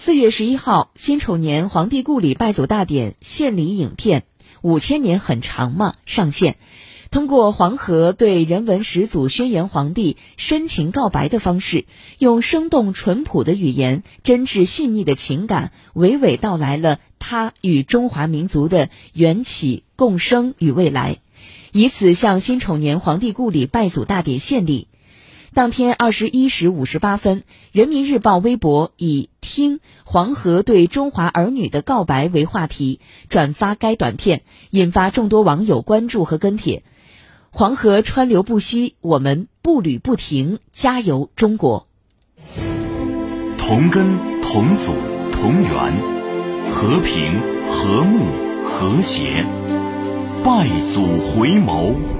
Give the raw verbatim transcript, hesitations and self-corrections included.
四月十一号，辛丑年皇帝故里拜祖大典献礼影片《五千年很长嘛》上线，通过黄河对人文始祖轩辕皇帝深情告白的方式，用生动淳朴的语言、真挚细腻的情感，娓娓道来了他与中华民族的缘起、共生与未来，以此向辛丑年皇帝故里拜祖大典献礼。当天二十一时五十八分，人民日报微博以听黄河对中华儿女的告白为话题，转发该短片，引发众多网友关注和跟帖。黄河川流不息，我们步履不停，加油中国！ 同根同祖同源，和平和睦和谐，拜祖回眸。